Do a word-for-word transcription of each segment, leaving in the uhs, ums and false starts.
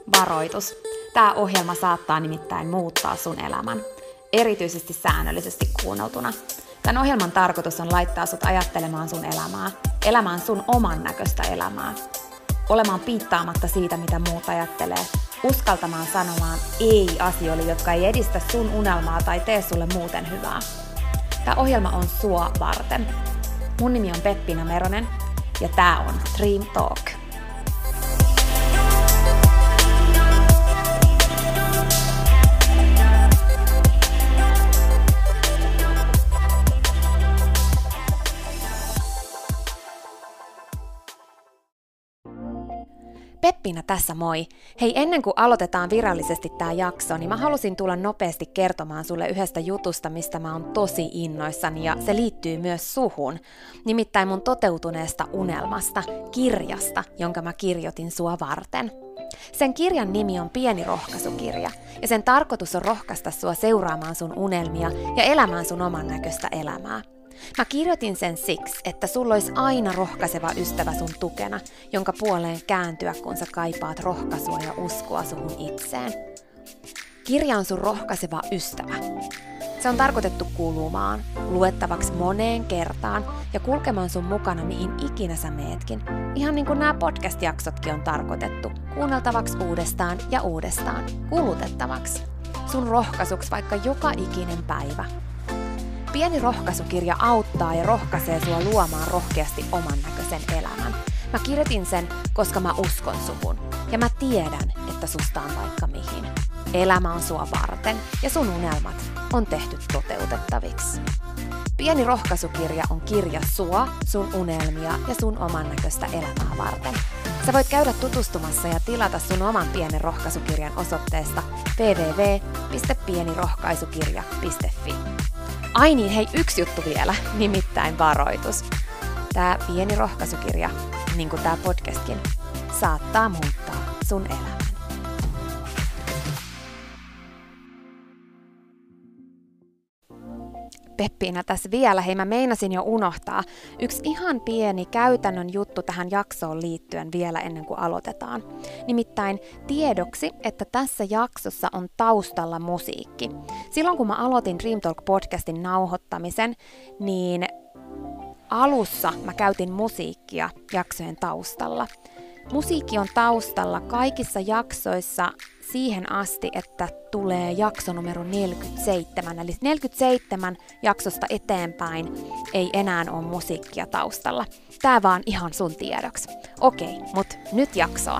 Varoitus. Tämä ohjelma saattaa nimittäin muuttaa sun elämän, erityisesti säännöllisesti kuunneltuna. Tämän ohjelman tarkoitus on laittaa sut ajattelemaan sun elämää, elämään sun oman näköistä elämää, olemaan piittaamatta siitä, mitä muut ajattelee, uskaltamaan sanomaan ei asioille, jotka ei edistä sun unelmaa tai tee sulle muuten hyvää. Tämä ohjelma on sua varten. Mun nimi on Peppina Meronen ja tää on Dream Talk. Peppina tässä moi! Hei, ennen kuin aloitetaan virallisesti tää jakso, niin mä halusin tulla nopeasti kertomaan sulle yhdestä jutusta, mistä mä oon tosi innoissani, ja se liittyy myös suhun. Nimittäin mun toteutuneesta unelmasta, kirjasta, jonka mä kirjoitin sua varten. Sen kirjan nimi on Pieni rohkaisukirja, ja sen tarkoitus on rohkaista sua seuraamaan sun unelmia ja elämään sun oman näköistä elämää. Mä kirjoitin sen siksi, että sulla olisi aina rohkaiseva ystävä sun tukena, jonka puoleen kääntyä, kun sä kaipaat rohkaisua ja uskoa suhun itseen. Kirja on sun rohkaiseva ystävä. Se on tarkoitettu kuulumaan, luettavaksi moneen kertaan ja kulkemaan sun mukana mihin ikinä sä meetkin. Ihan niin kuin nämä podcast-jaksotkin on tarkoitettu, kuunneltavaksi uudestaan ja uudestaan, kulutettavaksi. Sun rohkaisuksi vaikka joka ikinen päivä. Pieni rohkaisukirja auttaa ja rohkaisee sua luomaan rohkeasti oman näköisen elämän. Mä kirjoitin sen, koska mä uskon suhun. Ja mä tiedän, että susta on vaikka mihin. Elämä on sua varten ja sun unelmat on tehty toteutettaviksi. Pieni rohkaisukirja on kirja sua, sun unelmia ja sun oman näköistä elämää varten. Sä voit käydä tutustumassa ja tilata sun oman pienen rohkaisukirjan osoitteesta double-u double-u double-u piste pienirohkaisukirja piste fi. Ai niin, hei, yksi juttu vielä, nimittäin varoitus. Tää pieni rohkaisukirja, niin kuin tää podcastkin, saattaa muuttaa sun elämän. Peppiina tässä vielä, hei mä meinasin jo unohtaa. Yksi ihan pieni käytännön juttu tähän jaksoon liittyen vielä ennen kuin aloitetaan. Nimittäin tiedoksi, että tässä jaksossa on taustalla musiikki. Silloin kun mä aloitin Dream Talk-podcastin nauhoittamisen, niin alussa mä käytin musiikkia jaksojen taustalla. Musiikki on taustalla kaikissa jaksoissa siihen asti, että tulee jakso numero neljäkymmentäseitsemän. Eli neljäkymmentäseitsemän jaksosta eteenpäin ei enää ole musiikkia taustalla. Tää vaan ihan sun tiedoksi. Okei, mut nyt jaksoon.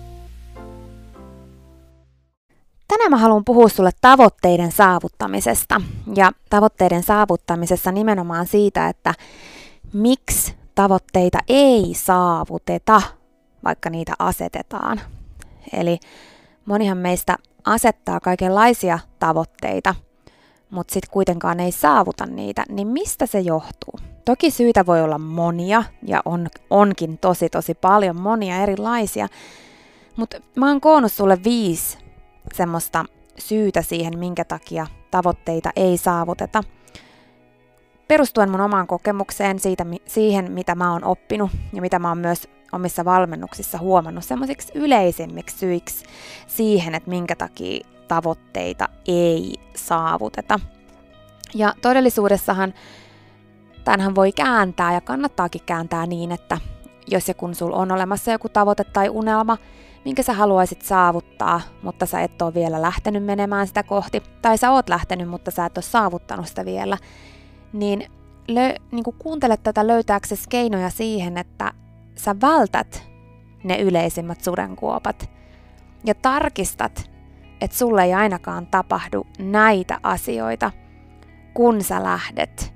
Tänään mä haluan puhua sulle tavoitteiden saavuttamisesta. Ja tavoitteiden saavuttamisessa nimenomaan siitä, että miksi tavoitteita ei saavuteta, vaikka niitä asetetaan. Eli monihan meistä asettaa kaikenlaisia tavoitteita, mutta sitten kuitenkaan ei saavuta niitä, niin mistä se johtuu? Toki syitä voi olla monia, ja on, onkin tosi tosi paljon monia erilaisia, mutta mä oon koonnut sulle viisi semmoista syytä siihen, minkä takia tavoitteita ei saavuteta. Perustuen mun omaan kokemukseen siitä, siihen, mitä mä oon oppinut ja mitä mä oon myös omissa valmennuksissa huomannut semmoisiksi yleisimmiksi syiksi siihen, että minkä takia tavoitteita ei saavuteta. Ja todellisuudessahan tämänhän voi kääntää ja kannattaakin kääntää niin, että jos ja kun sulla on olemassa joku tavoite tai unelma, minkä sä haluaisit saavuttaa, mutta sä et ole vielä lähtenyt menemään sitä kohti, tai sä oot lähtenyt, mutta sä et ole saavuttanut sitä vielä, niin, lö, niin kuin kuuntele tätä löytääksesi keinoja siihen, että sä vältät ne yleisimmät sudenkuopat ja tarkistat, että sulle ei ainakaan tapahdu näitä asioita, kun sä lähdet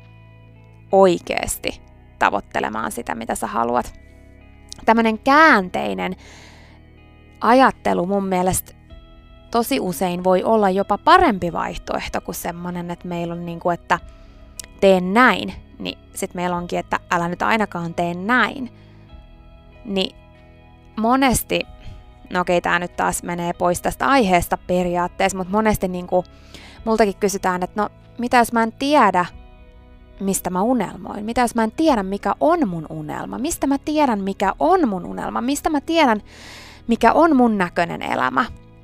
oikeasti tavoittelemaan sitä, mitä sä haluat. Tämmönen käänteinen ajattelu mun mielestä tosi usein voi olla jopa parempi vaihtoehto kuin semmonen, että meillä on niinku, että teen näin, niin sit meillä onkin, että älä nyt ainakaan tee näin. Niin monesti, no okei, tää nyt taas menee pois tästä aiheesta periaatteessa, mutta monesti niinku multakin kysytään, että no mitä jos mä en tiedä, mistä mä unelmoin? Mitä jos mä en tiedä, mikä on mun unelma? Mistä mä tiedän, mikä on mun unelma? Mistä mä tiedän, mikä on mun näköinen elämä.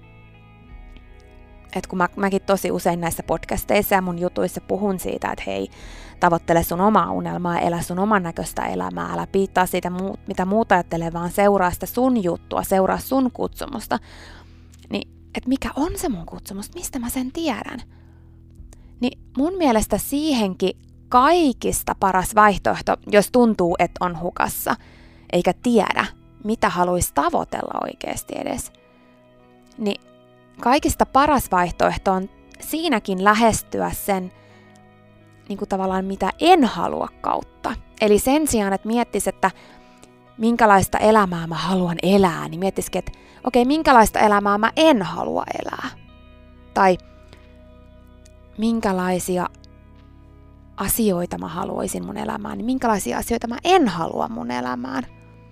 Et kun mä, mäkin tosi usein näissä podcasteissa ja mun jutuissa puhun siitä, että hei, tavoittele sun omaa unelmaa, elä sun oman näköistä elämää, älä piittaa siitä, mitä muut ajattelee, vaan seuraa sitä sun juttua, seuraa sun kutsumusta. Niin, että mikä on se mun kutsumus, mistä mä sen tiedän? Niin mun mielestä siihenkin kaikista paras vaihtoehto, jos tuntuu, että on hukassa, eikä tiedä, mitä haluaisi tavoitella oikeasti edes, niin kaikista paras vaihtoehto on siinäkin lähestyä sen niin kuin tavallaan mitä en halua kautta. Eli sen sijaan, että miettisi, että minkälaista elämää mä haluan elää, niin miettisikin, että okei, minkälaista elämää mä en halua elää. Tai minkälaisia asioita mä haluaisin mun elämään, niin minkälaisia asioita mä en halua mun elämään.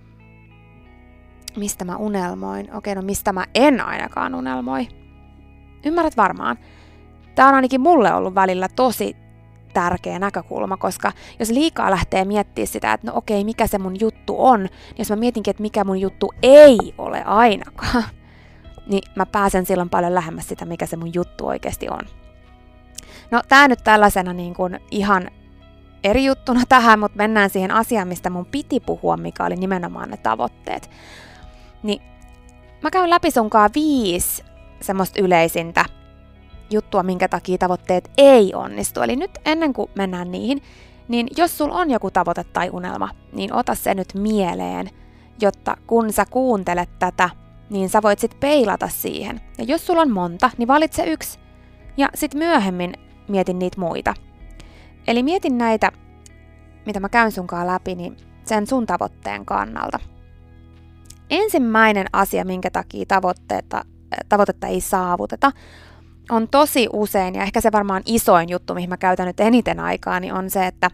Mistä mä unelmoin? Okei, no mistä mä en ainakaan unelmoi. Ymmärrät varmaan. Tää on ainakin mulle ollut välillä tosi tärkeä näkökulma, koska jos liikaa lähtee miettimään sitä, että no okei, mikä se mun juttu on, niin jos mä mietinkin, että mikä mun juttu ei ole ainakaan, niin mä pääsen silloin paljon lähemmäs sitä, mikä se mun juttu oikeasti on. No tää nyt tällaisena niin kuin ihan eri juttuna tähän, mutta mennään siihen asiaan, mistä mun piti puhua, mikä oli nimenomaan ne tavoitteet. Niin mä käyn läpi sunkaan viisi semmoista yleisintä juttua, minkä takia tavoitteet ei onnistu. Eli nyt ennen kuin mennään niihin, niin jos sulla on joku tavoite tai unelma, niin ota se nyt mieleen, jotta kun sä kuuntelet tätä, niin sä voit sit peilata siihen. Ja jos sulla on monta, niin valitse yksi ja sit myöhemmin mietin niitä muita. Eli mietin näitä, mitä mä käyn sunkaan läpi, niin sen sun tavoitteen kannalta. Ensimmäinen asia, minkä takia tavoitteita, tavoitetta ei saavuteta, on tosi usein, ja ehkä se varmaan isoin juttu, mihin mä käytän nyt eniten aikaa, niin on se, että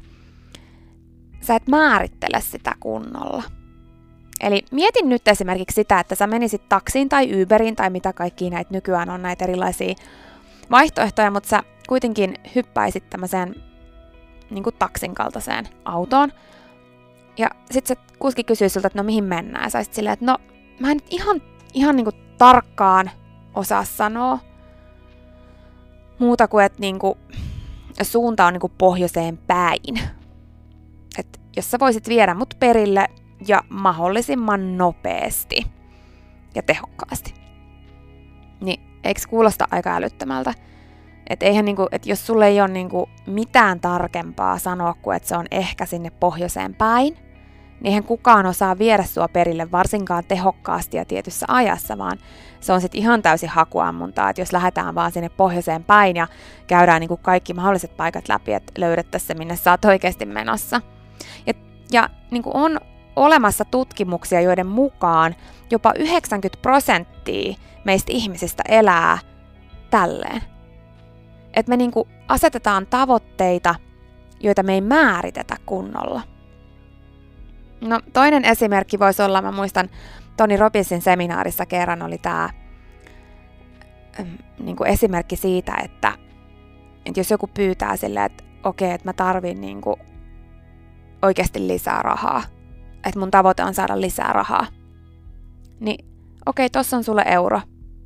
sä et määrittele sitä kunnolla. Eli mietin nyt esimerkiksi sitä, että sä menisit taksiin tai Uberiin tai mitä kaikkia näitä nykyään on näitä erilaisia vaihtoehtoja, mutta sä kuitenkin hyppäisit tämmöiseen niin kuin taksin kaltaiseen autoon. Ja sit se kuski kysyy sulta, että no mihin mennään. Ja sä olisit silleen, että no mä en nyt ihan, ihan niin kuin tarkkaan osaa sanoa muuta kuin, että niin kuin suunta on niin kuin pohjoiseen päin. Että jos sä voisit viedä mut perille ja mahdollisimman nopeasti ja tehokkaasti. Niin eikö kuulosta aika älyttömältä? Että eihän niinku, et jos sulle ei ole niinku mitään tarkempaa sanoa kuin, että se on ehkä sinne pohjoiseen päin, niin eihän kukaan osaa viedä sua perille varsinkaan tehokkaasti ja tietyssä ajassa, vaan se on sitten ihan täysin hakuammuntaa, että jos lähdetään vaan sinne pohjoiseen päin ja käydään niinku kaikki mahdolliset paikat läpi, että löydettäisiin se, minne sä oot oikeasti menossa. Ja, ja niinku on olemassa tutkimuksia, joiden mukaan jopa yhdeksänkymmentä prosenttia meistä ihmisistä elää tälleen. Että me niinku asetetaan tavoitteita, joita me ei määritetä kunnolla. No toinen esimerkki voisi olla, mä muistan Tony Robbinsin seminaarissa kerran oli tämä niinku esimerkki siitä, että, että jos joku pyytää silleen, että okei, että mä tarvin niinku oikeasti lisää rahaa, että mun tavoite on saada lisää rahaa, niin okei, tossa on sulle euro.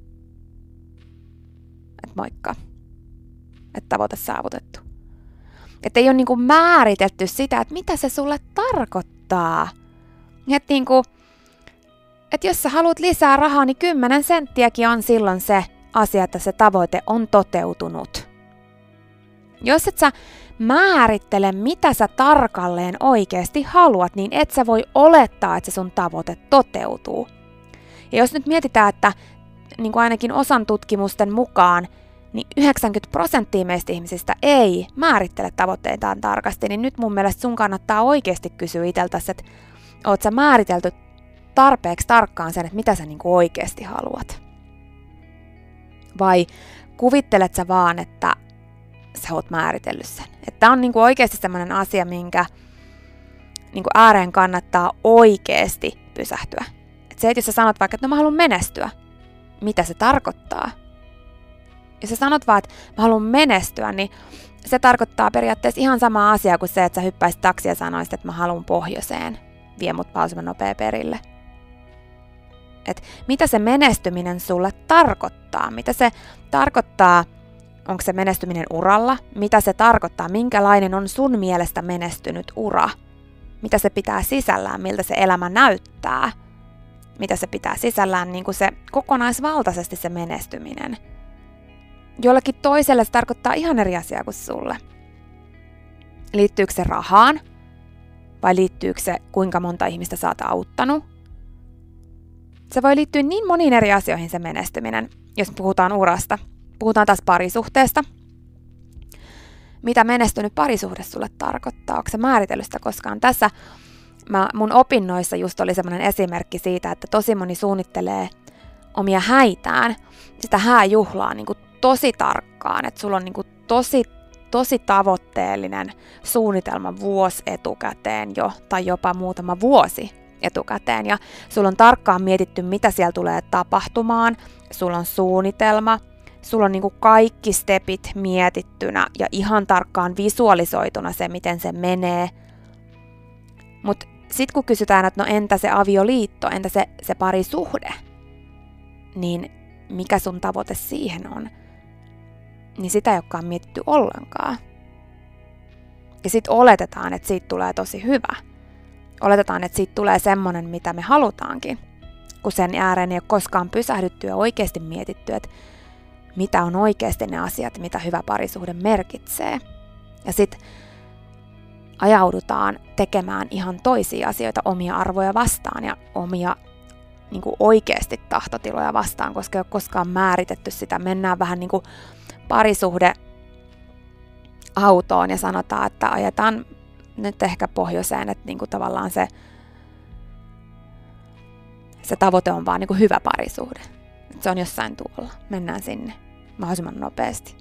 Että moikka. Että tavoite saavutettu. Että ei ole niinku määritetty sitä, että mitä se sulle tarkoittaa. Että niinku, et jos sä haluat lisää rahaa, niin kymmenen senttiäkin on silloin se asia, että se tavoite on toteutunut. Jos et sä määrittele, mitä sä tarkalleen oikeasti haluat, niin et sä voi olettaa, että se sun tavoite toteutuu. Ja jos nyt mietitään, että niin kuin ainakin osan tutkimusten mukaan, niin yhdeksänkymmentä prosenttia meistä ihmisistä ei määrittele tavoitteitaan tarkasti, niin nyt mun mielestä sun kannattaa oikeasti kysyä itseltäsi, että oot sä määritelty tarpeeksi tarkkaan sen, että mitä sä niin kuin oikeasti haluat. Vai kuvittelet sä vaan, että sä oot määritellyt sen. Että tää on niin kuin oikeasti sellainen asia, minkä niin kuin ääreen kannattaa oikeasti pysähtyä. Että se, että jos sä sanot vaikka, että no mä haluan menestyä, mitä se tarkoittaa? Jos sä sanot vaan, että mä haluan menestyä, niin se tarkoittaa periaatteessa ihan samaa asiaa kuin se, että sä hyppäisit taksia ja sanoisit, että mä haluan pohjoiseen, vie mut mahdollisimman nopea perille. Että mitä se menestyminen sulle tarkoittaa, mitä se tarkoittaa, onko se menestyminen uralla, mitä se tarkoittaa, minkälainen on sun mielestä menestynyt ura, mitä se pitää sisällään, miltä se elämä näyttää, mitä se pitää sisällään, niin kuin se kokonaisvaltaisesti se menestyminen. Jollekin toiselle se tarkoittaa ihan eri asiaa kuin sulle. Liittyykö se rahaan? Vai liittyykö se, kuinka monta ihmistä sä oot auttanut? Se voi liittyä niin moniin eri asioihin se menestyminen, jos puhutaan urasta. Puhutaan taas parisuhteesta. Mitä menestynyt parisuhde sulle tarkoittaa? Onko se määritellyt sitä koskaan? Tässä mä, mun opinnoissa just oli semmoinen esimerkki siitä, että tosi moni suunnittelee omia häitään, sitä hääjuhlaa niin kuin tosi tarkkaan, että sulla on niin kuin tosi, tosi tavoitteellinen suunnitelma vuosi etukäteen jo, tai jopa muutama vuosi etukäteen, ja sulla on tarkkaan mietitty, mitä siellä tulee tapahtumaan, sulla on suunnitelma, sulla on niin kuin kaikki stepit mietittynä ja ihan tarkkaan visualisoituna se, miten se menee. Mutta sitten kun kysytään, että no entä se avioliitto, entä se, se parisuhde, niin mikä sun tavoite siihen on, niin sitä ei olekaan mietitty ollenkaan. Ja sitten oletetaan, että siitä tulee tosi hyvä. Oletetaan, että siitä tulee semmoinen, mitä me halutaankin, kun sen ääreen ei ole koskaan pysähdytty ja oikeasti mietitty, että mitä on oikeasti ne asiat, mitä hyvä parisuhde merkitsee. Ja sitten ajaudutaan tekemään ihan toisia asioita omia arvoja vastaan ja omia niin kuin oikeasti tahtotiloja vastaan, koska ei ole koskaan määritetty sitä. Mennään vähän niin kuin parisuhde autoon ja sanotaan, että ajetaan nyt ehkä pohjoiseen, että niin kuin tavallaan se, se tavoite on vaan niin kuin hyvä parisuhde. Että se on jossain tuolla. Mennään sinne mahdollisimman nopeasti.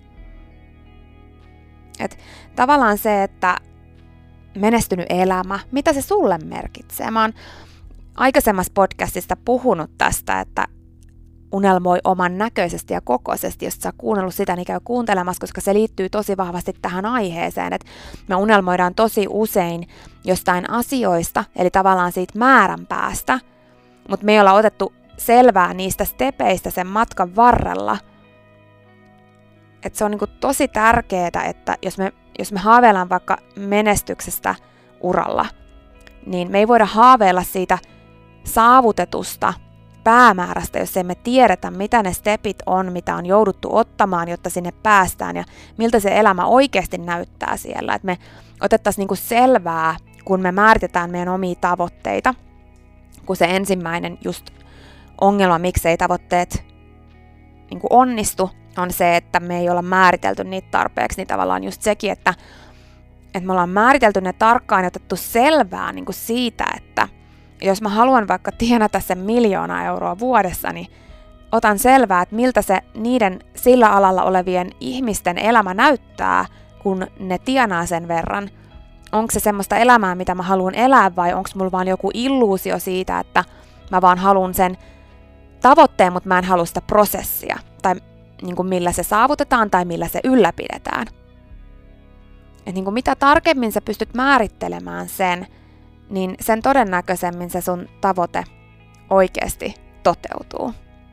Et tavallaan se, että menestynyt elämä, mitä se sulle merkitsee? Mä oon aikaisemmassa podcastista puhunut tästä, että unelmoi oman näköisesti ja kokoisesti. Jos sä oot kuunnellut sitä, niin käy kuuntelemassa, koska se liittyy tosi vahvasti tähän aiheeseen, että me unelmoidaan tosi usein jostain asioista, eli tavallaan siitä määränpäästä, mutta me ei olla otettu selvää niistä stepeistä sen matkan varrella. Että se on niinku tosi tärkeää, että jos me, jos me haaveillaan vaikka menestyksestä uralla, niin me ei voida haaveilla siitä saavutetusta päämäärästä, jos emme tiedetä, mitä ne stepit on, mitä on jouduttu ottamaan, jotta sinne päästään ja miltä se elämä oikeasti näyttää siellä. Että me otettaisiin niinku selvää, kun me määritetään meidän omia tavoitteita, kun se ensimmäinen just ongelma, miksei tavoitteet niinku onnistu, on se, että me ei olla määritelty niitä tarpeeksi, niin tavallaan just sekin, että, että me ollaan määritelty ne tarkkaan ja otettu selvää niin kuin siitä, että jos mä haluan vaikka tienata sen miljoona euroa vuodessa, niin otan selvää, että miltä se niiden sillä alalla olevien ihmisten elämä näyttää, kun ne tienaa sen verran. Onko se semmoista elämää, mitä mä haluan elää, vai onko mulla vaan joku illuusio siitä, että mä vaan haluan sen tavoitteen, mutta mä en halua sitä prosessia, tai niin kuin millä se saavutetaan tai millä se ylläpidetään. Et niin kuin mitä tarkemmin sä pystyt määrittelemään sen, niin sen todennäköisemmin se sun tavoite oikeasti toteutuu.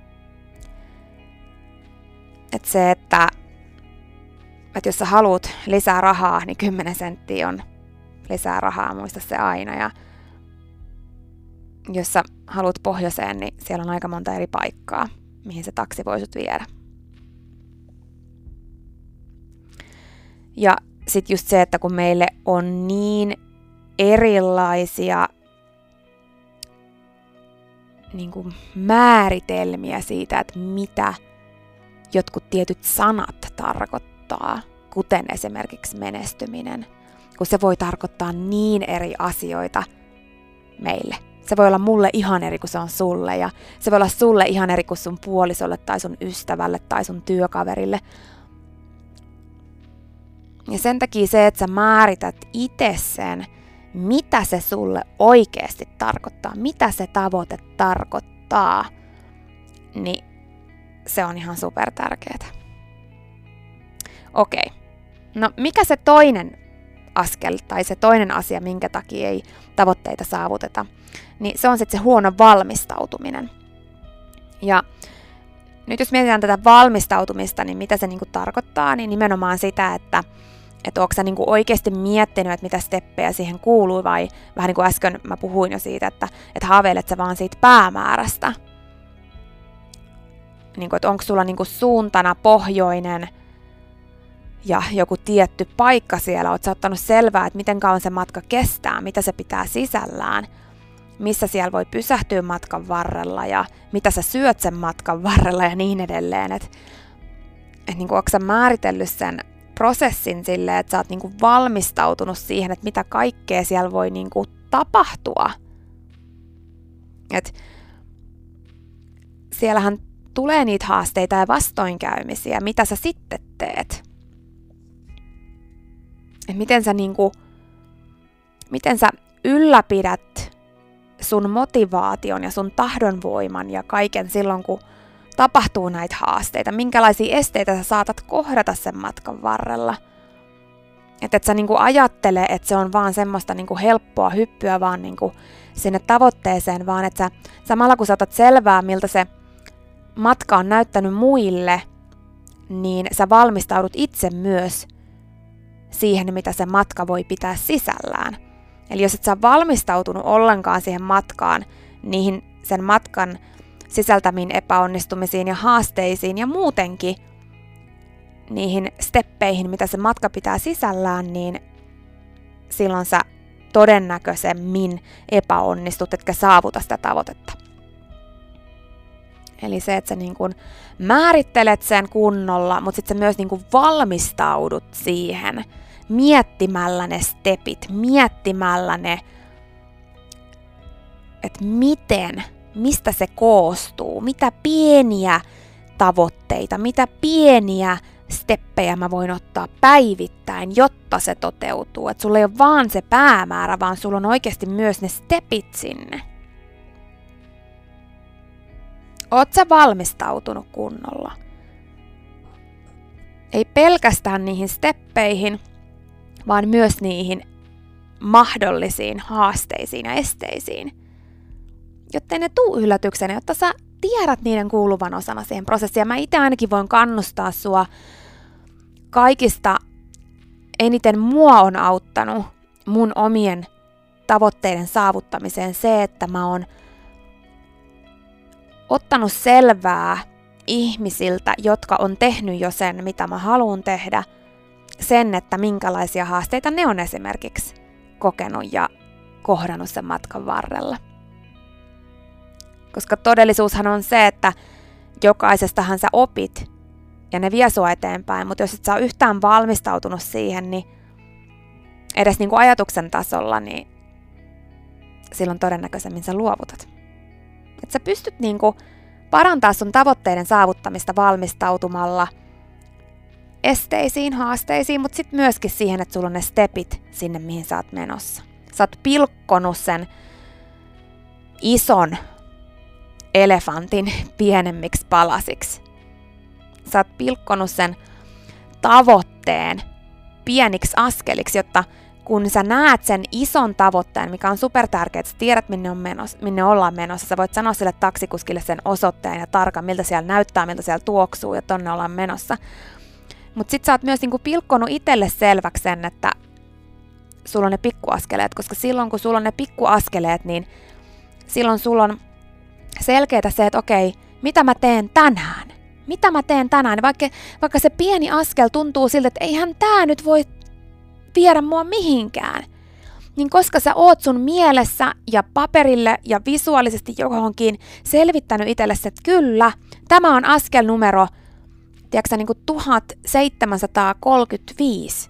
Et se, että, että jos sä haluat lisää rahaa, niin kymmenen senttiä on lisää rahaa, muista se aina. Ja jos sä haluat pohjoiseen, niin siellä on aika monta eri paikkaa, mihin se taksi voi sut viedä. Ja sitten just se, että kun meille on niin erilaisia niin kuin määritelmiä siitä, että mitä jotkut tietyt sanat tarkoittaa, kuten esimerkiksi menestyminen, kun se voi tarkoittaa niin eri asioita meille. Se voi olla mulle ihan eri kuin se on sulle, ja se voi olla sulle ihan eri kuin sun puolisolle tai sun ystävälle tai sun työkaverille. Ja sen takia se, että sä määrität itse sen, mitä se sulle oikeasti tarkoittaa, mitä se tavoite tarkoittaa, niin se on ihan super tärkeää. Okei, no mikä se toinen askel tai se toinen asia, minkä takia ei tavoitteita saavuteta, niin se on sitten se huono valmistautuminen. Ja nyt jos mietitään tätä valmistautumista, niin mitä se niinku tarkoittaa, niin nimenomaan sitä, että että onko sä niinku oikeasti miettinyt, että mitä steppejä siihen kuuluu, vai vähän niin kuin äsken mä puhuin jo siitä, että et haaveilet sä vaan siitä päämäärästä. Niinku, että onko sulla niinku suuntana pohjoinen ja joku tietty paikka siellä, oot sä ottanut selvää, että miten kauan se matka kestää, mitä se pitää sisällään, missä siellä voi pysähtyä matkan varrella ja mitä sä syöt sen matkan varrella ja niin edelleen. Että et niinku, onko sä määritellyt sen prosessin silleen, että sä oot niinku valmistautunut siihen, että mitä kaikkea siellä voi niinku tapahtua. Et siellähän tulee niitä haasteita ja vastoinkäymisiä, mitä sä sitten teet. Et miten sä niinku, miten sä ylläpidät sun motivaation ja sun tahdonvoiman ja kaiken silloin, kun tapahtuu näitä haasteita, minkälaisia esteitä sä saatat kohdata sen matkan varrella. Että et sä niinku ajattele, että se on vaan semmoista niinku helppoa hyppyä vaan niinku sinne tavoitteeseen, vaan että sä samalla kun sä otat selvää, miltä se matka on näyttänyt muille, niin sä valmistaudut itse myös siihen, mitä se matka voi pitää sisällään. Eli jos et sä valmistautunut ollenkaan siihen matkaan, niihin sen matkan sisältämiin epäonnistumisiin ja haasteisiin ja muutenkin niihin steppeihin, mitä se matka pitää sisällään, niin silloin sä todennäköisemmin epäonnistut, etkä saavuta sitä tavoitetta. Eli se, että sä niin kuin määrittelet sen kunnolla, mutta sitten sä myös niin kuin valmistaudut siihen miettimällä ne stepit, miettimällä ne, että miten, mistä se koostuu, mitä pieniä tavoitteita, mitä pieniä steppejä mä voin ottaa päivittäin, jotta se toteutuu. Että sulla ei ole vaan se päämäärä, vaan sulla on oikeasti myös ne stepit sinne. Oot sä valmistautunut kunnolla? Ei pelkästään niihin steppeihin, vaan myös niihin mahdollisiin haasteisiin ja esteisiin. Jottei ne tuu yllätyksenä, jotta sä tiedät niiden kuuluvan osana siihen prosessiin. Ja mä itse ainakin voin kannustaa sua kaikista eniten mua on auttanut mun omien tavoitteiden saavuttamiseen se, että mä oon ottanut selvää ihmisiltä, jotka on tehnyt jo sen, mitä mä haluan tehdä, sen, että minkälaisia haasteita ne on esimerkiksi kokenut ja kohdannut sen matkan varrella. Koska todellisuushan on se, että jokaisestahan sä opit ja ne vie sua eteenpäin, mutta jos et sä ole yhtään valmistautunut siihen, niin edes niin kuin ajatuksen tasolla, niin silloin todennäköisemmin sä luovutat. Että sä pystyt niin kuin parantaa sun tavoitteiden saavuttamista valmistautumalla esteisiin, haasteisiin, mutta sitten myöskin siihen, että sulla on ne stepit sinne, mihin sä oot menossa. Sä oot pilkkonut sen ison elefantin pienemmiksi palasiksi. Sä oot pilkkonut sen tavoitteen pieniksi askeliksi, jotta kun sä näet sen ison tavoitteen, mikä on supertärkeää, että sä tiedät, minne, on menossa, minne ollaan menossa, sä voit sanoa sille taksikuskille sen osoitteen ja tarkan, miltä siellä näyttää, miltä siellä tuoksuu ja tonne ollaan menossa. Mutta sit sä oot myös niinku pilkkonut itselle selväksi sen, että sulla on ne pikkuaskeleet, koska silloin kun sulla on ne pikkuaskeleet, niin silloin sulla on selkeää se, että okei, mitä mä teen tänään? Mitä mä teen tänään? Vaikka, vaikka se pieni askel tuntuu siltä, että eihän tää nyt voi viedä mua mihinkään. Niin koska sä oot sun mielessä ja paperille ja visuaalisesti johonkin selvittänyt itsellesi, että kyllä, tämä on askel numero tiedätkö, niin kuin tuhatseitsemänsataakolmekymmentäviisi.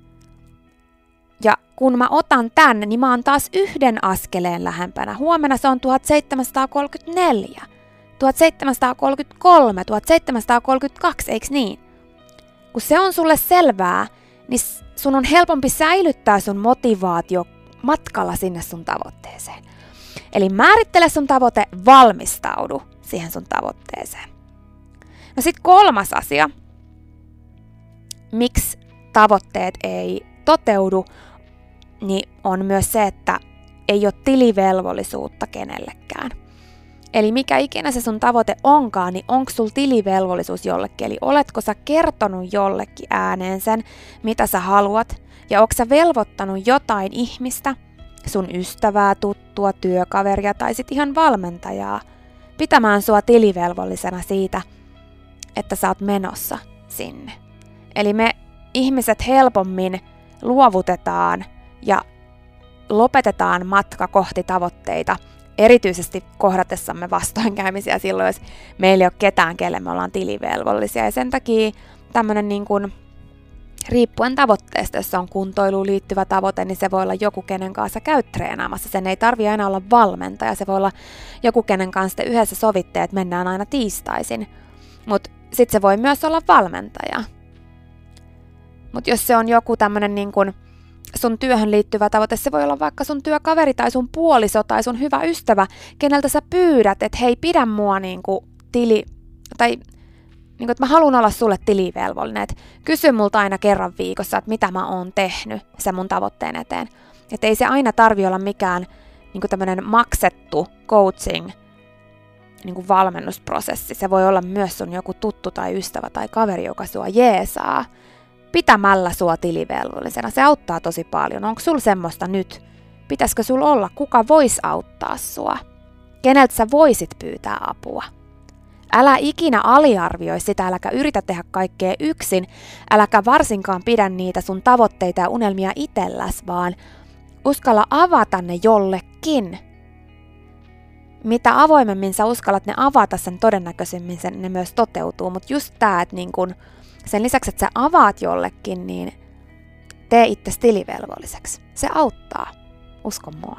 Ja kun mä otan tän, niin mä oon taas yhden askeleen lähempänä. Huomenna se on tuhatseitsemänsataakolmekymmentäneljä, tuhatseitsemänsataakolmekymmentäkolme, tuhatseitsemänsataakolmekymmentäkaksi, eiks niin? Kun se on sulle selvää, niin sun on helpompi säilyttää sun motivaatio matkalla sinne sun tavoitteeseen. Eli määrittele sun tavoite, valmistaudu siihen sun tavoitteeseen. No sit kolmas asia, miksi tavoitteet ei toteudu, niin on myös se, että ei ole tilivelvollisuutta kenellekään. Eli mikä ikinä se sun tavoite onkaan, niin onko sul tilivelvollisuus jollekin? Eli oletko sä kertonut jollekin ääneen sen, mitä sä haluat? Ja onko sä velvoittanut jotain ihmistä, sun ystävää, tuttua, työkaveria tai sit ihan valmentajaa, pitämään sua tilivelvollisena siitä, että sä oot menossa sinne. Eli me ihmiset helpommin luovutetaan ja lopetetaan matka kohti tavoitteita, erityisesti kohdatessamme vastoinkäymisiä silloin, jos meillä ei ole ketään, kelle me ollaan tilivelvollisia. Ja sen takia tämmöinen niin kuin, riippuen tavoitteesta, jos se on kuntoiluun liittyvä tavoite, niin se voi olla joku, kenen kanssa käyt treenaamassa. Sen ei tarvitse aina olla valmentaja, se voi olla joku, kenen kanssa yhdessä sovitte, että mennään aina tiistaisin. Mutta sitten se voi myös olla valmentaja. Mutta jos se on joku tämmöinen niin kuin sun työhön liittyvä tavoite, se voi olla vaikka sun työkaveri tai sun puoliso tai sun hyvä ystävä, keneltä sä pyydät, että hei, pidä mua niin kuin tili, tai niin kuin, että mä haluan olla sulle tilivelvollinen, että kysy multa aina kerran viikossa, että mitä mä oon tehnyt sen mun tavoitteen eteen. Että ei se aina tarvi olla mikään niin kuin tämmöinen maksettu coaching niin kuin valmennusprosessi. Se voi olla myös sun joku tuttu tai ystävä tai kaveri, joka sua jeesaa pitämällä sua tilivelvollisena. Se auttaa tosi paljon. Onko sul semmoista nyt? Pitäisikö sul olla? Kuka vois auttaa sua? Keneltä sä voisit pyytää apua? Älä ikinä aliarvioi sitä, äläkä yritä tehdä kaikkea yksin, äläkä varsinkaan pidä niitä sun tavoitteita ja unelmia itselläs, vaan uskalla avata ne jollekin. Mitä avoimemmin sä uskallat ne avata, sen todennäköisemmin sen ne myös toteutuu, mutta just tää, että niin kun sen lisäksi, että sä avaat jollekin, niin tee itse tilivelvolliseksi. Se auttaa. Usko mua.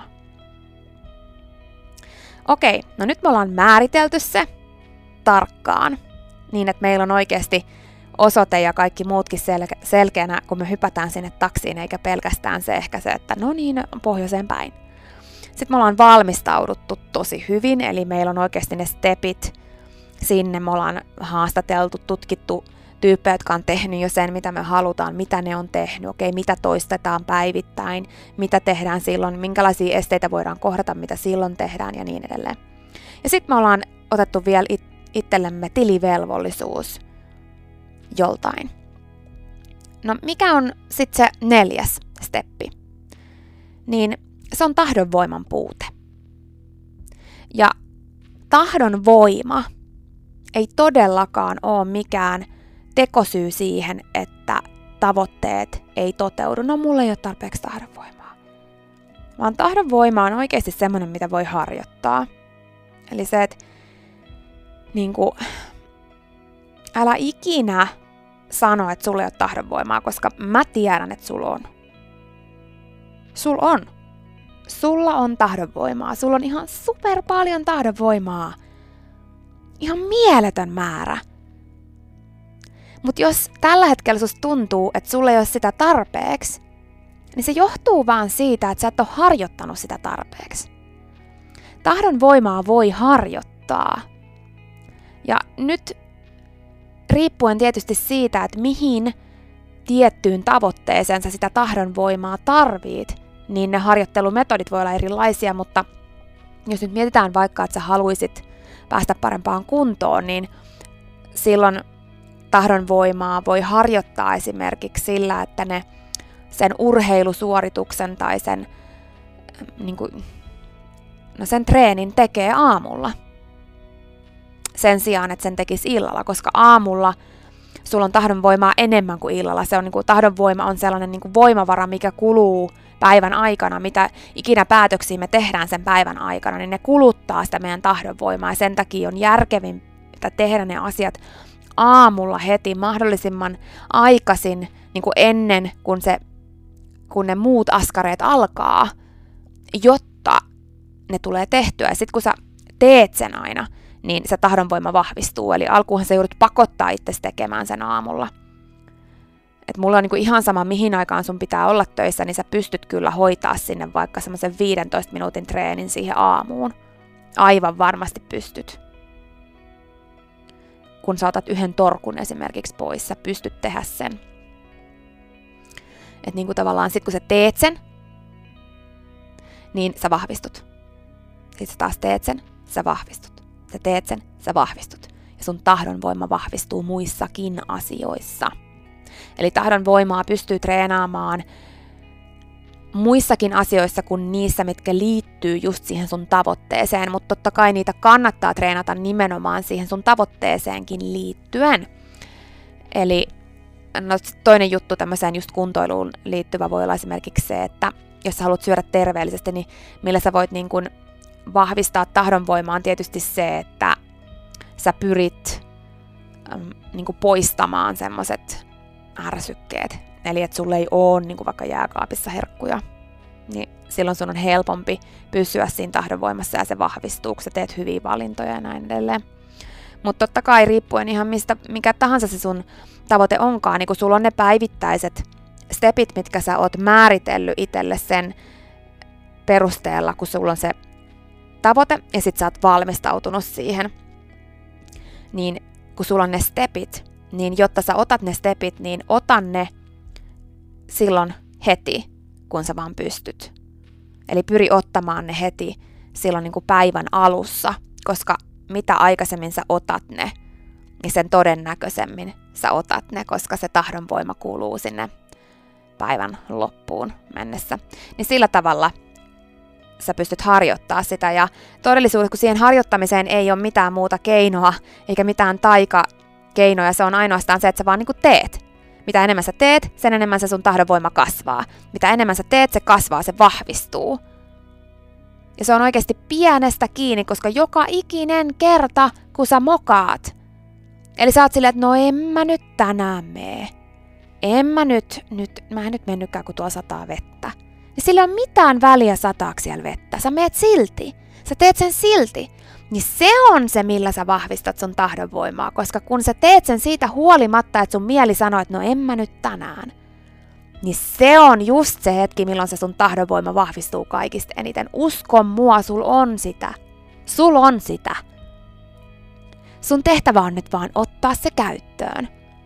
Okei, no nyt me ollaan määritelty se tarkkaan, niin että meillä on oikeasti osoite ja kaikki muutkin selke- selkeänä, kun me hypätään sinne taksiin, eikä pelkästään se ehkä se, että no niin, pohjoiseen päin. Sitten me ollaan valmistauduttu tosi hyvin, eli meillä on oikeasti ne stepit sinne, me ollaan haastateltu, tutkittu tyyppejä, jotka on tehnyt jo sen, mitä me halutaan, mitä ne on tehnyt, okei, mitä toistetaan päivittäin, mitä tehdään silloin, minkälaisia esteitä voidaan kohdata, mitä silloin tehdään ja niin edelleen. Ja sitten me ollaan otettu vielä it- itsellemme tilivelvollisuus joltain. No mikä on sitten se neljäs steppi? Niin se on tahdonvoiman puute. Ja tahdonvoima ei todellakaan ole mikään tekosyy siihen, että tavoitteet ei toteudu. No mulla ei ole tarpeeksi tahdonvoimaa. Vaan tahdonvoima on oikeasti semmoinen, mitä voi harjoittaa. Eli se, että niin kuin, älä ikinä sano, että sulla ei ole tahdonvoimaa, koska mä tiedän, että sulla on. Sul on. Sulla on tahdonvoimaa. Sulla on ihan super paljon tahdonvoimaa. Ihan mieletön määrä. Mutta jos tällä hetkellä susta tuntuu, että sulla ei ole sitä tarpeeksi, niin se johtuu vaan siitä, että sä et ole harjoittanut sitä tarpeeksi. Tahdonvoimaa voi harjoittaa. Ja nyt riippuen tietysti siitä, että mihin tiettyyn tavoitteeseen sä sitä tahdonvoimaa tarvit, niin ne harjoittelumetodit voi olla erilaisia, mutta jos nyt mietitään vaikka, että sä haluisit päästä parempaan kuntoon, niin silloin tahdonvoimaa voi harjoittaa esimerkiksi sillä, että ne sen urheilusuorituksen tai sen, niin kuin, no sen treenin tekee aamulla. Sen sijaan, että sen tekisi illalla, koska aamulla sulla on tahdonvoimaa enemmän kuin illalla. Se on, niin kuin, tahdonvoima on sellainen niin kuin voimavara, mikä kuluu päivän aikana, mitä ikinä päätöksiä me tehdään sen päivän aikana, niin ne kuluttaa sitä meidän tahdonvoimaa ja sen takia on järkevintä tehdä ne asiat aamulla heti mahdollisimman aikaisin, niin kuin ennen kuin, se, kun ne muut askareet alkaa, jotta ne tulee tehtyä. Ja sitten kun sä teet sen aina, niin se tahdonvoima vahvistuu. Eli alkuunhan sä joudut pakottaa itsesi tekemään sen aamulla. Et mulla on niinku ihan sama, mihin aikaan sun pitää olla töissä, niin sä pystyt kyllä hoitaa sinne vaikka semmoisen viidentoista minuutin treenin siihen aamuun. Aivan varmasti pystyt. Kun sä otat yhden torkun esimerkiksi pois, sä pystyt tehdä sen. Että niinku tavallaan sit kun sä teet sen, niin sä vahvistut. Sitten sä taas teet sen, sä vahvistut. sä teet sen, sä vahvistut. Ja sun tahdonvoima vahvistuu muissakin asioissa. Eli tahdonvoimaa pystyy treenaamaan muissakin asioissa kuin niissä, mitkä liittyy just siihen sun tavoitteeseen, mutta totta kai niitä kannattaa treenata nimenomaan siihen sun tavoitteeseenkin liittyen. Eli no, toinen juttu tämmöiseen just kuntoiluun liittyvä voi olla esimerkiksi se, että jos sä haluat syödä terveellisesti, niin millä sä voit niin kun vahvistaa tahdonvoimaa on tietysti se, että sä pyrit äm, niin kun poistamaan semmoiset ärsykkeet. Eli että sulla ei ole niin kuin vaikka jääkaapissa herkkuja, niin silloin sun on helpompi pysyä siinä tahdonvoimassa ja se vahvistuu, kun sä teet hyviä valintoja ja näin edelleen. Mutta totta kai riippuen ihan mistä, mikä tahansa se sun tavoite onkaan, niin kun sulla on ne päivittäiset stepit, mitkä sä oot määritellyt itselle sen perusteella, kun sulla on se tavoite ja sit sä oot valmistautunut siihen, niin kun sulla on ne stepit, niin jotta sä otat ne stepit, niin ota ne silloin heti, kun sä vaan pystyt. Eli pyri ottamaan ne heti silloin niin kuin päivän alussa, koska mitä aikaisemmin sä otat ne, niin sen todennäköisemmin sä otat ne, koska se tahdonvoima kuuluu sinne päivän loppuun mennessä. Niin sillä tavalla sä pystyt harjoittaa sitä, ja todellisuudessa, kun siihen harjoittamiseen ei ole mitään muuta keinoa, eikä mitään taikakeinoja, se on ainoastaan se, että sä vaan niin kuin teet. Mitä enemmän sä teet, sen enemmän se sun tahdonvoima kasvaa. Mitä enemmän sä teet, se kasvaa, se vahvistuu. Ja se on oikeasti pienestä kiinni, koska joka ikinen kerta, kun sä mokaat. Eli sä oot silleen, että no en mä nyt tänään mee. En mä nyt, nyt mä en nyt mennytkään, kun tuolla sataa vettä. Ja sillä ei ole mitään väliä sataako siellä vettä. Sä meet silti. Sä teet sen silti. Niin se on se, millä sä vahvistat sun tahdonvoimaa, koska kun sä teet sen siitä huolimatta, että sun mieli sanoo, että no en mä nyt tänään, niin se on just se hetki, milloin se sun tahdonvoima vahvistuu kaikista eniten. Usko mua, sul on sitä. Sul on sitä. Sun tehtävä on nyt vaan ottaa se käyttöön.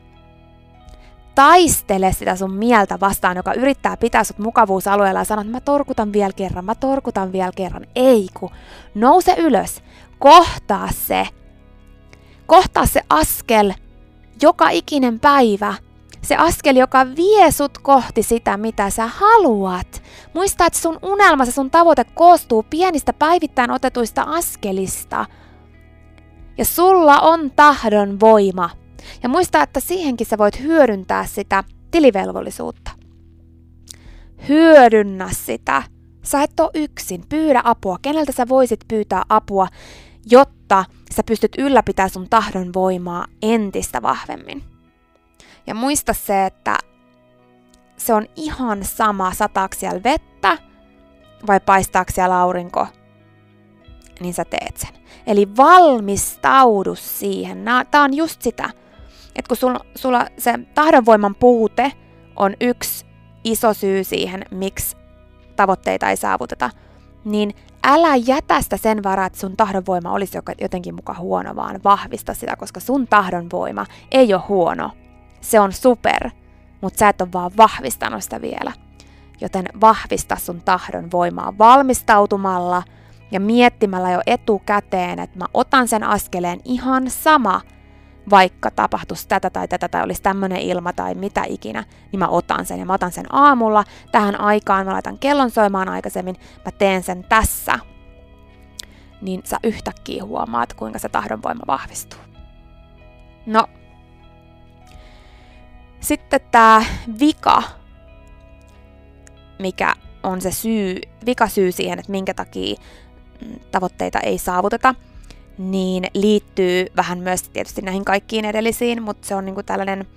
Taistele sitä sun mieltä vastaan, joka yrittää pitää sut mukavuusalueella ja sanoa, että mä torkutan vielä kerran, mä torkutan vielä kerran. Ei ku, nouse ylös. Kohtaa se. Kohtaa se askel joka ikinen päivä. Se askel, joka vie sut kohti sitä, mitä sä haluat. Muista, että sun unelma, se sun tavoite koostuu pienistä päivittäin otetuista askelista. Ja sulla on tahdon voima. Ja muista, että siihenkin sä voit hyödyntää sitä tilivelvollisuutta. Hyödynnä sitä. Sä et ole yksin. Pyydä apua. Keneltä sä voisit pyytää apua, jotta sä pystyt ylläpitämään sun tahdon voimaa entistä vahvemmin. Ja muista se, että se on ihan sama, sataako siellä vettä vai paistaako siellä aurinko, niin sä teet sen. Eli valmistaudu siihen. Tää on just sitä, että kun sulla, sulla se tahdonvoiman puute on yksi iso syy siihen, miksi tavoitteita ei saavuteta, niin älä jätä sitä sen varaa, että sun tahdonvoima olisi jotenkin muka huono, vaan vahvista sitä, koska sun tahdonvoima ei ole huono. Se on super, mutta sä et ole vaan vahvistanut sitä vielä. Joten vahvista sun tahdonvoimaa valmistautumalla ja miettimällä jo etukäteen, että mä otan sen askeleen ihan sama, vaikka tapahtuisi tätä tai tätä tai olisi tämmöinen ilma tai mitä ikinä, niin mä otan sen. Ja mä otan sen aamulla tähän aikaan, mä laitan kellon soimaan aikaisemmin, mä teen sen tässä. Niin sä yhtäkkiä huomaat, kuinka se tahdonvoima vahvistuu. No, sitten tää vika, mikä on se syy, vikasyy siihen, että minkä takia tavoitteita ei saavuteta, niin liittyy vähän myös tietysti näihin kaikkiin edellisiin, mutta se on niinku tällainen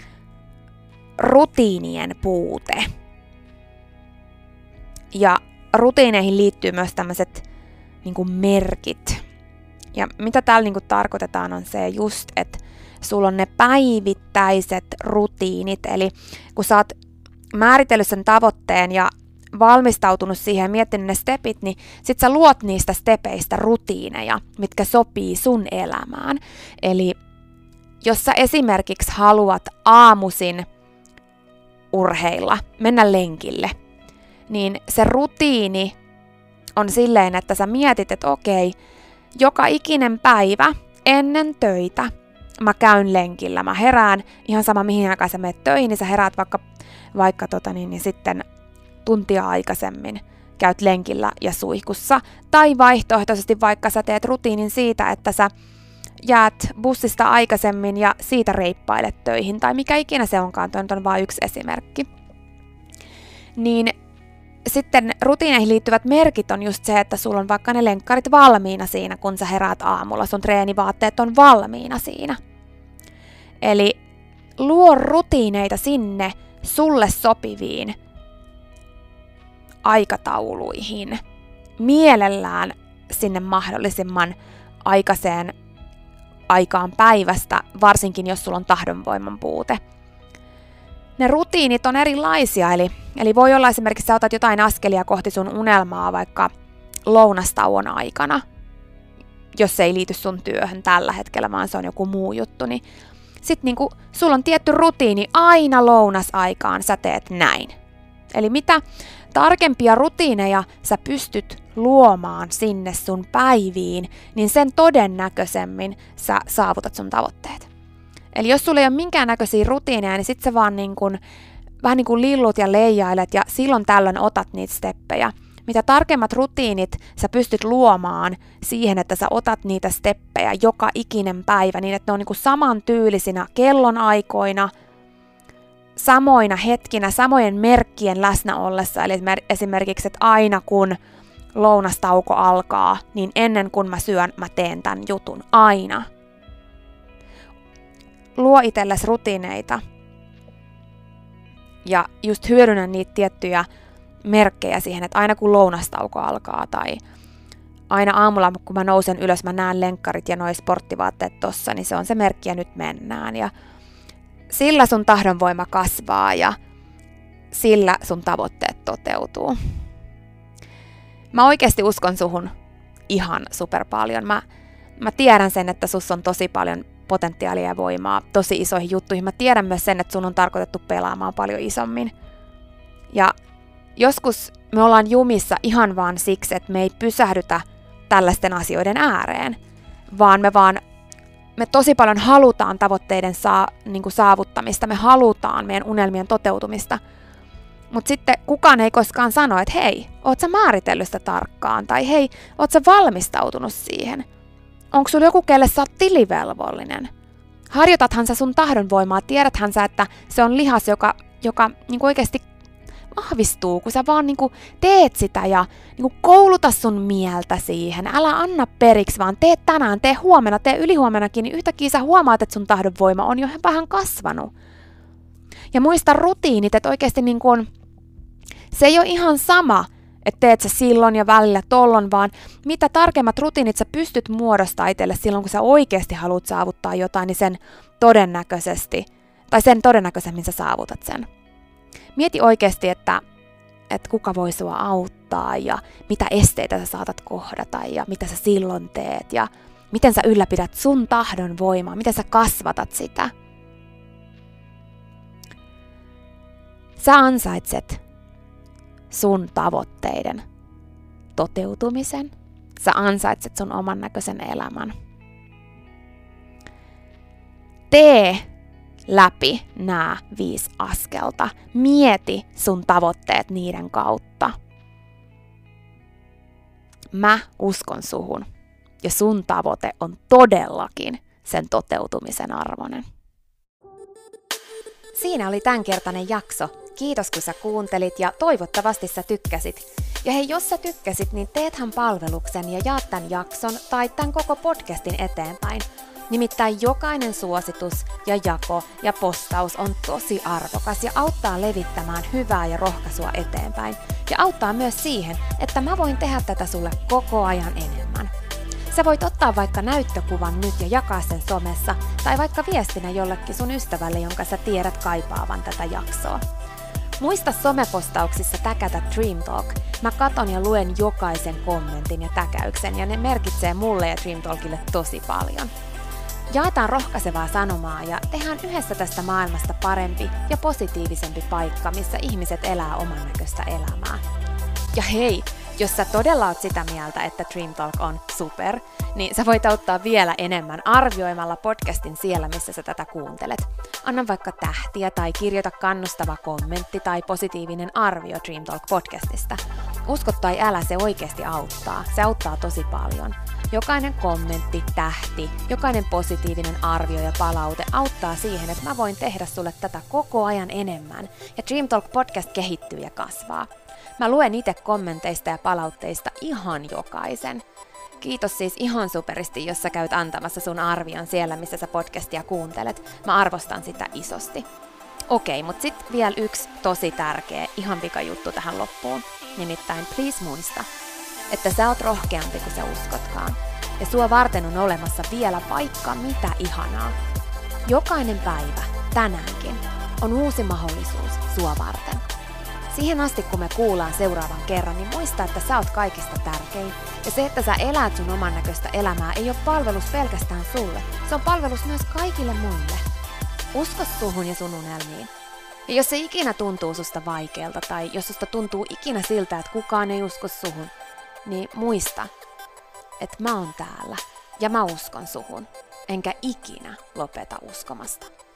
rutiinien puute. Ja rutiineihin liittyy myös tämmöiset niinku merkit. Ja mitä täällä niinku tarkoitetaan on se just, että sulla on ne päivittäiset rutiinit, eli kun sä oot määritellyt sen tavoitteen ja valmistautunut siihen, miettinyt ne stepit, niin sit sä luot niistä stepeistä rutiineja, mitkä sopii sun elämään. Eli jos sä esimerkiksi haluat aamuisin urheilla, mennä lenkille, niin se rutiini on silleen, että sä mietit, että okei, joka ikinen päivä ennen töitä mä käyn lenkillä. Mä herään ihan sama mihin aikaan sä menet töihin, niin sä heräät vaikka, vaikka tota niin, niin sitten tuntia aikaisemmin käyt lenkillä ja suihkussa. Tai vaihtoehtoisesti vaikka sä teet rutiinin siitä, että sä jäät bussista aikaisemmin ja siitä reippailet töihin. Tai mikä ikinä se onkaan, toi on vain yksi esimerkki. Niin sitten rutiineihin liittyvät merkit on just se, että sulla on vaikka ne lenkkarit valmiina siinä, kun sä heräät aamulla. Sun treenivaatteet on valmiina siinä. Eli luo rutiineita sinne sulle sopiviin aikatauluihin. Mielellään sinne mahdollisimman aikaiseen aikaan päivästä, varsinkin jos sulla on tahdonvoiman puute. Ne rutiinit on erilaisia, eli, eli voi olla esimerkiksi, sä otat jotain askelia kohti sun unelmaa vaikka lounastauon aikana, jos se ei liity sun työhön tällä hetkellä, vaan se on joku muu juttu, niin sit niinku, sulla on tietty rutiini, aina lounasaikaan sä teet näin. Eli mitä tarkempia rutiineja sä pystyt luomaan sinne sun päiviin, niin sen todennäköisemmin sä saavutat sun tavoitteet. Eli jos sulla ei ole minkäännäköisiä rutiineja, niin sit sä vaan niin kun, vähän niin kuin lillut ja leijailet ja silloin tällöin otat niitä steppejä. Mitä tarkemmat rutiinit sä pystyt luomaan siihen, että sä otat niitä steppejä joka ikinen päivä, niin että ne on niin kuin samantyylisinä kellonaikoina, samoina hetkinä, samojen merkkien läsnä ollessa. Eli esimerkiksi, että aina kun lounastauko alkaa, niin ennen kuin mä syön, mä teen tämän jutun. Aina. Luo itsellesi rutiineita ja just hyödynnä niitä tiettyjä merkkejä siihen, että aina kun lounastauko alkaa tai aina aamulla kun mä nousen ylös, mä näen lenkkarit ja noi sporttivaatteet tossa, niin se on se merkki ja nyt mennään. Ja sillä sun tahdonvoima kasvaa ja sillä sun tavoitteet toteutuu. Mä oikeasti uskon suhun ihan super paljon. Mä, mä tiedän sen, että sus on tosi paljon potentiaalia ja voimaa tosi isoihin juttuihin. Mä tiedän myös sen, että sun on tarkoitettu pelaamaan paljon isommin. Ja joskus me ollaan jumissa ihan vaan siksi, että me ei pysähdytä tällaisten asioiden ääreen, vaan me vaan me tosi paljon halutaan tavoitteiden saa, niin kuin saavuttamista, me halutaan meidän unelmien toteutumista. Mutta sitten kukaan ei koskaan sano, että hei, oot sä määritellyt sitä tarkkaan, tai hei, oot sä valmistautunut siihen? Onko sulla joku, kelle sä oot tilivelvollinen? Harjoitathan sä sun tahdonvoimaa, tiedäthän sä, että se on lihas, joka, joka niin kuin oikeasti vahvistuu, kun sä vaan niin kuin teet sitä ja niin kuin kouluta sun mieltä siihen. Älä anna periksi, vaan tee tänään, tee huomenna, tee ylihuomenakin, niin yhtäkkiä sä huomaat, että sun tahdonvoima on jo vähän kasvanut. Ja muista rutiinit, että oikeasti niin kuin, se ei ole ihan sama, että teet sä silloin ja välillä tollon, vaan mitä tarkemmat rutiinit sä pystyt muodostamaan itselle silloin, kun sä oikeasti haluat saavuttaa jotain, niin sen todennäköisesti, tai sen todennäköisemmin sä saavutat sen. Mieti oikeasti, että, että kuka voi sua auttaa ja mitä esteitä sä saatat kohdata ja mitä sä silloin teet ja miten sä ylläpidät sun tahdon voimaa, miten sä kasvatat sitä. Sä ansaitset sun tavoitteiden toteutumisen. Sä ansaitset sun oman näköisen elämän. Tee läpi nämä viisi askelta. Mieti sun tavoitteet niiden kautta. Mä uskon suhun ja sun tavoite on todellakin sen toteutumisen arvoinen. Siinä oli tämänkertainen jakso. Kiitos kun sä kuuntelit ja toivottavasti sä tykkäsit. Ja hei, jos sä tykkäsit, niin teethän palveluksen ja jaat tämän jakson tai tämän koko podcastin eteenpäin. Nimittäin jokainen suositus ja jako ja postaus on tosi arvokas ja auttaa levittämään hyvää ja rohkaisua eteenpäin. Ja auttaa myös siihen, että mä voin tehdä tätä sulle koko ajan enemmän. Sä voit ottaa vaikka näyttökuvan nyt ja jakaa sen somessa tai vaikka viestinä jollekin sun ystävälle, jonka sä tiedät kaipaavan tätä jaksoa. Muista somepostauksissa täkätä Dream Talk. Mä katon ja luen jokaisen kommentin ja täkäyksen ja ne merkitsee mulle ja Dream Talkille tosi paljon. Jaetaan rohkaisevaa sanomaa ja tehdään yhdessä tästä maailmasta parempi ja positiivisempi paikka, missä ihmiset elää oman näköistä elämää. Ja hei, Jos sä todella oot sitä mieltä, että Dream Talk on super, niin sä voit auttaa vielä enemmän arvioimalla podcastin siellä, missä sä tätä kuuntelet. Anna vaikka tähtiä tai kirjoita kannustava kommentti tai positiivinen arvio Dream Talk podcastista. Usko tai älä, se oikeasti auttaa. Se auttaa tosi paljon. Jokainen kommentti, tähti, jokainen positiivinen arvio ja palaute auttaa siihen, että mä voin tehdä sulle tätä koko ajan enemmän. Ja Dream Talk podcast kehittyy ja kasvaa. Mä luen itse kommenteista ja palautteista ihan jokaisen. Kiitos siis ihan superisti, jos sä käyt antamassa sun arvion siellä, missä sä podcastia kuuntelet. Mä arvostan sitä isosti. Okei, mut sit vielä yksi tosi tärkeä, ihan vika juttu tähän loppuun. Nimittäin please muista, että sä oot rohkeampi kuin sä uskotkaan. Ja sua varten on olemassa vielä vaikka mitä ihanaa. Jokainen päivä, tänäänkin, on uusi mahdollisuus sua varten. Siihen asti, kun me kuullaan seuraavan kerran, niin muista, että sä oot kaikista tärkein. Ja se, että sä elät sun oman näköistä elämää, ei ole palvelus pelkästään sulle. Se on palvelus myös kaikille muille. Usko suhun ja sun unelmiin. Ja jos se ikinä tuntuu susta vaikealta, tai jos susta tuntuu ikinä siltä, että kukaan ei usko suhun, niin muista, että mä oon täällä. Ja mä uskon suhun. Enkä ikinä lopeta uskomasta.